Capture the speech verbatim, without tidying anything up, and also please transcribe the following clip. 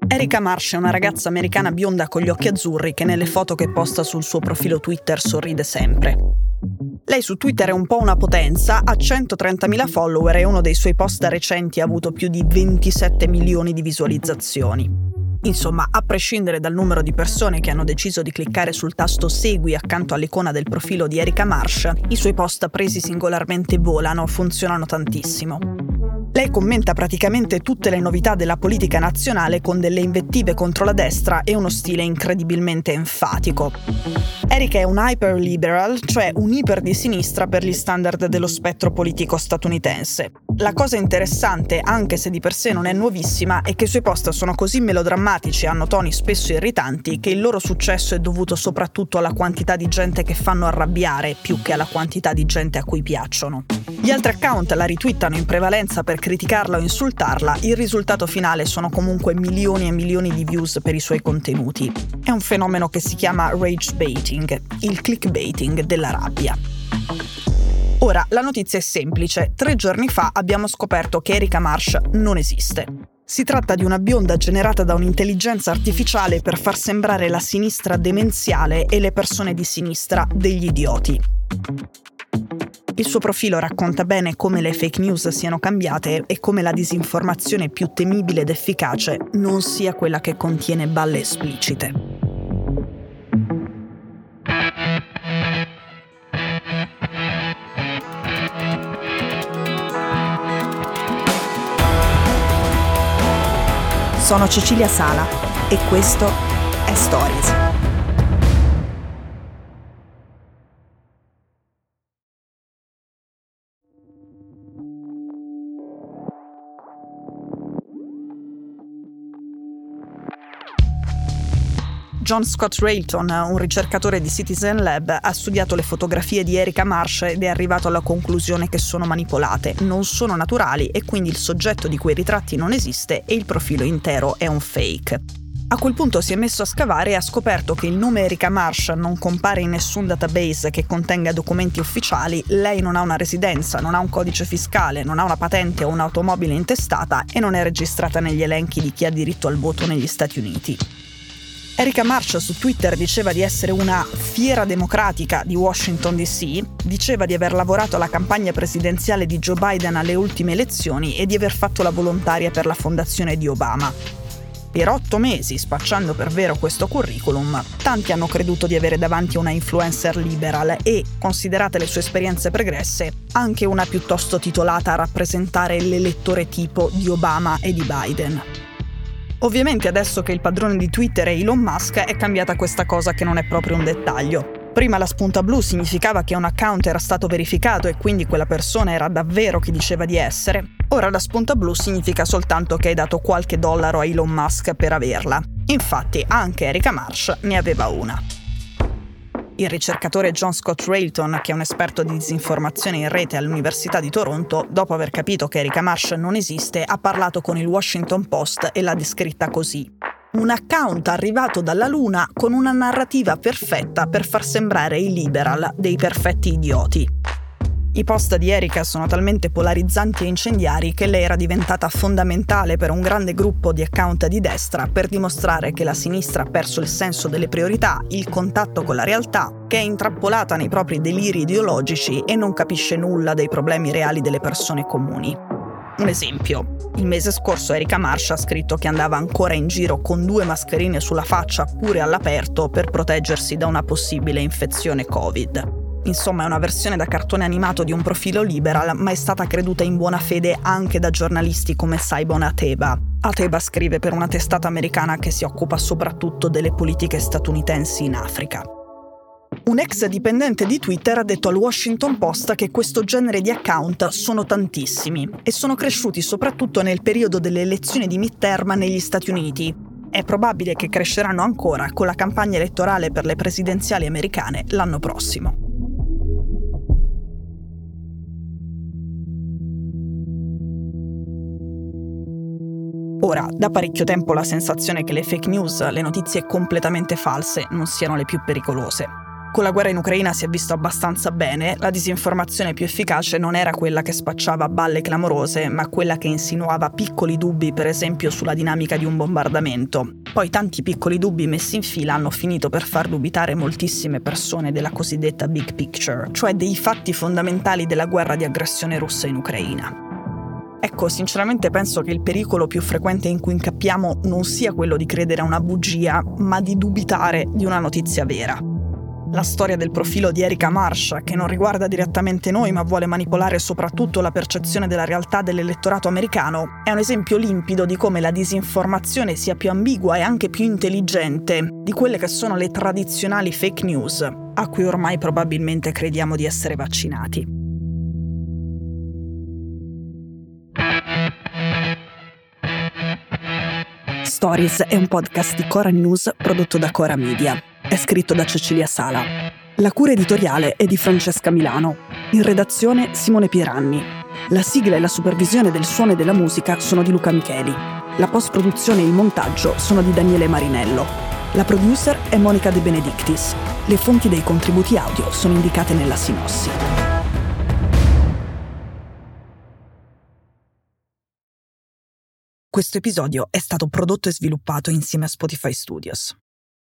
Erika Marsh è una ragazza americana bionda con gli occhi azzurri che nelle foto che posta sul suo profilo Twitter sorride sempre. Lei su Twitter è un po' una potenza, ha centotrentamila follower e uno dei suoi post recenti ha avuto più di ventisette milioni di visualizzazioni. Insomma, a prescindere dal numero di persone che hanno deciso di cliccare sul tasto segui accanto all'icona del profilo di Erika Marsh, i suoi post presi singolarmente volano, funzionano tantissimo. Lei commenta praticamente tutte le novità della politica nazionale con delle invettive contro la destra e uno stile incredibilmente enfatico. Erika è un hyper-liberal, cioè un iper di sinistra per gli standard dello spettro politico statunitense. La cosa interessante, anche se di per sé non è nuovissima, è che i suoi post sono così melodrammatici e hanno toni spesso irritanti che il loro successo è dovuto soprattutto alla quantità di gente che fanno arrabbiare più che alla quantità di gente a cui piacciono. Gli altri account la retweetano in prevalenza per criticarla o insultarla, il risultato finale sono comunque milioni e milioni di views per i suoi contenuti. È un fenomeno che si chiama rage baiting, il clickbaiting della rabbia. Ora, la notizia è semplice. Tre giorni fa abbiamo scoperto che Erika Marsh non esiste. Si tratta di una bionda generata da un'intelligenza artificiale per far sembrare la sinistra demenziale e le persone di sinistra degli idioti. Il suo profilo racconta bene come le fake news siano cambiate e come la disinformazione più temibile ed efficace non sia quella che contiene balle esplicite. Sono Cecilia Sala e questo è Stories. John Scott Railton, un ricercatore di Citizen Lab, ha studiato le fotografie di Erika Marsh ed è arrivato alla conclusione che sono manipolate, non sono naturali e quindi il soggetto di quei ritratti non esiste e il profilo intero è un fake. A quel punto si è messo a scavare e ha scoperto che il nome Erika Marsh non compare in nessun database che contenga documenti ufficiali, lei non ha una residenza, non ha un codice fiscale, non ha una patente o un'automobile intestata e non è registrata negli elenchi di chi ha diritto al voto negli Stati Uniti. Erika Marsh su Twitter diceva di essere una fiera democratica di Washington D C, diceva di aver lavorato alla campagna presidenziale di Joe Biden alle ultime elezioni e di aver fatto la volontaria per la fondazione di Obama. Per otto mesi, spacciando per vero questo curriculum, tanti hanno creduto di avere davanti una influencer liberal e, considerate le sue esperienze pregresse, anche una piuttosto titolata a rappresentare l'elettore tipo di Obama e di Biden. Ovviamente adesso che il padrone di Twitter è Elon Musk è cambiata questa cosa che non è proprio un dettaglio. Prima la spunta blu significava che un account era stato verificato e quindi quella persona era davvero chi diceva di essere. Ora la spunta blu significa soltanto che hai dato qualche dollaro a Elon Musk per averla. Infatti anche Erika Marsh ne aveva una. Il ricercatore John Scott Railton, che è un esperto di disinformazione in rete all'Università di Toronto, dopo aver capito che Erika Marsh non esiste, ha parlato con il Washington Post e l'ha descritta così. Un account arrivato dalla Luna con una narrativa perfetta per far sembrare i liberal dei perfetti idioti. I post di Erika sono talmente polarizzanti e incendiari che lei era diventata fondamentale per un grande gruppo di account di destra per dimostrare che la sinistra ha perso il senso delle priorità, il contatto con la realtà, che è intrappolata nei propri deliri ideologici e non capisce nulla dei problemi reali delle persone comuni. Un esempio. Il mese scorso Erika Marsh ha scritto che andava ancora in giro con due mascherine sulla faccia pure all'aperto per proteggersi da una possibile infezione Covid. Insomma, è una versione da cartone animato di un profilo liberal, ma è stata creduta in buona fede anche da giornalisti come Simon Ateba. Ateba scrive per una testata americana che si occupa soprattutto delle politiche statunitensi in Africa. Un ex dipendente di Twitter ha detto al Washington Post che questo genere di account sono tantissimi e sono cresciuti soprattutto nel periodo delle elezioni di midterm negli Stati Uniti. È probabile che cresceranno ancora con la campagna elettorale per le presidenziali americane l'anno prossimo. Ora, da parecchio tempo la sensazione che le fake news, le notizie completamente false, non siano le più pericolose. Con la guerra in Ucraina si è visto abbastanza bene, la disinformazione più efficace non era quella che spacciava balle clamorose, ma quella che insinuava piccoli dubbi, per esempio sulla dinamica di un bombardamento. Poi tanti piccoli dubbi messi in fila hanno finito per far dubitare moltissime persone della cosiddetta big picture, cioè dei fatti fondamentali della guerra di aggressione russa in Ucraina. Ecco, sinceramente penso che il pericolo più frequente in cui incappiamo non sia quello di credere a una bugia, ma di dubitare di una notizia vera. La storia del profilo di Erika Marsh, che non riguarda direttamente noi ma vuole manipolare soprattutto la percezione della realtà dell'elettorato americano, è un esempio limpido di come la disinformazione sia più ambigua e anche più intelligente di quelle che sono le tradizionali fake news, a cui ormai probabilmente crediamo di essere vaccinati. Stories è un podcast di Cora News prodotto da Cora Media. È scritto da Cecilia Sala. La cura editoriale è di Francesca Milano. In redazione Simone Pieranni. La sigla e la supervisione del suono e della musica sono di Luca Micheli. La post-produzione e il montaggio sono di Daniele Marinello. La producer è Monica De Benedictis. Le fonti dei contributi audio sono indicate nella sinossi. Questo episodio è stato prodotto e sviluppato insieme a Spotify Studios.